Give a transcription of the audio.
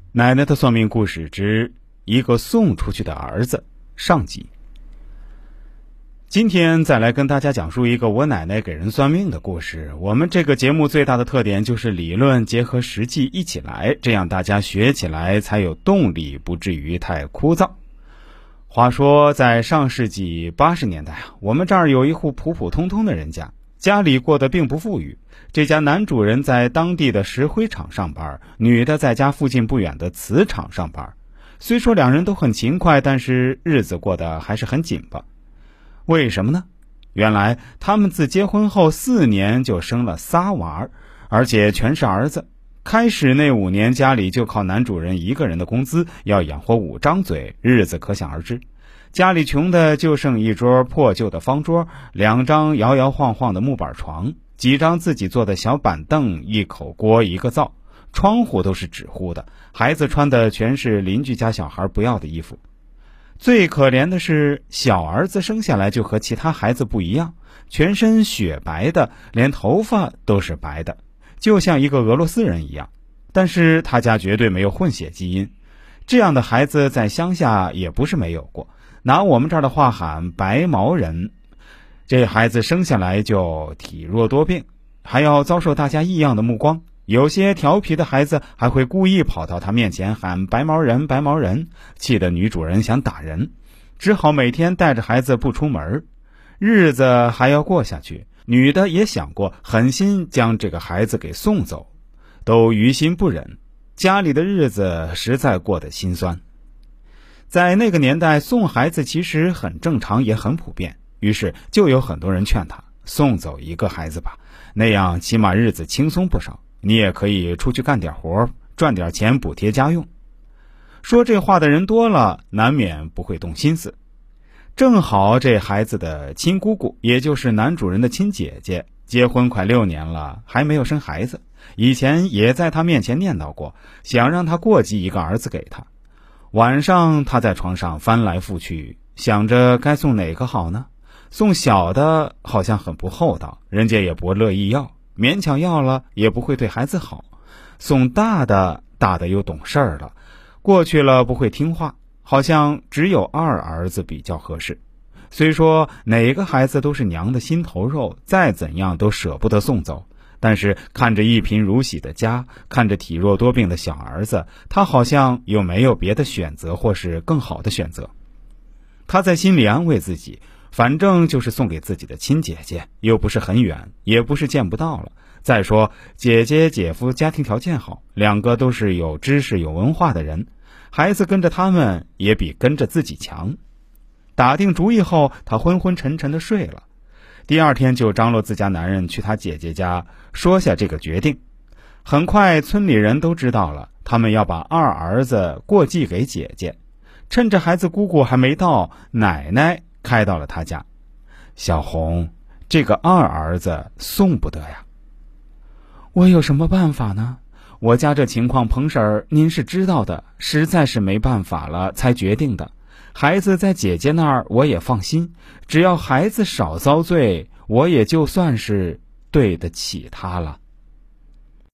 奶奶的算命故事之一个送出去的儿子上集。今天再来跟大家讲述一个我奶奶给人算命的故事。我们这个节目最大的特点就是理论结合实际一起来，这样大家学起来才有动力，不至于太枯燥。话说在上世纪80年代我们这儿有一户普普通通的人家，家里过得并不富裕。这家男主人在当地的石灰厂上班，女的在家附近不远的瓷厂上班。虽说两人都很勤快，但是日子过得还是很紧巴。为什么呢？原来他们自结婚后4年就生了仨娃，而且全是儿子。开始那5年，家里就靠男主人一个人的工资要养活5张嘴，日子可想而知。家里穷的就剩一桌破旧的方桌，2张摇摇晃晃的木板床，几张自己做的小板凳，一口锅一个灶，窗户都是纸糊的，孩子穿的全是邻居家小孩不要的衣服。最可怜的是小儿子生下来就和其他孩子不一样，全身雪白的，连头发都是白的，就像一个俄罗斯人一样。但是他家绝对没有混血基因，这样的孩子在乡下也不是没有过，拿我们这儿的话喊白毛人。这孩子生下来就体弱多病，还要遭受大家异样的目光，有些调皮的孩子还会故意跑到他面前喊白毛人白毛人，气得女主人想打人，只好每天带着孩子不出门。日子还要过下去，女的也想过狠心将这个孩子给送走，都于心不忍，家里的日子实在过得心酸。在那个年代，送孩子其实很正常也很普遍，于是就有很多人劝他送走一个孩子吧，那样起码日子轻松不少，你也可以出去干点活，赚点钱补贴家用。说这话的人多了，难免不会动心思。正好这孩子的亲姑姑，也就是男主人的亲姐姐，结婚快6年了，还没有生孩子，以前也在他面前念叨过，想让他过继一个儿子给他。晚上他在床上翻来覆去，想着该送哪个好呢？送小的好像很不厚道，人家也不乐意要，勉强要了也不会对孩子好。送大的，大的又懂事了，过去了不会听话，好像只有二儿子比较合适。虽说哪个孩子都是娘的心头肉，再怎样都舍不得送走，但是看着一贫如洗的家，看着体弱多病的小儿子，他好像又没有别的选择或是更好的选择。他在心里安慰自己，反正就是送给自己的亲姐姐，又不是很远，也不是见不到了。再说姐姐姐夫家庭条件好，2个都是有知识有文化的人，孩子跟着他们也比跟着自己强。打定主意后，他昏昏沉沉地睡了。第2天就张罗自家男人去他姐姐家说下这个决定。很快村里人都知道了，他们要把二儿子过继给姐姐。趁着孩子姑姑还没到，奶奶开到了他家。小红，这个二儿子送不得呀。我有什么办法呢？我家这情况，彭婶儿您是知道的，实在是没办法了才决定的。孩子在姐姐那儿我也放心，只要孩子少遭罪，我也就算是对得起他了。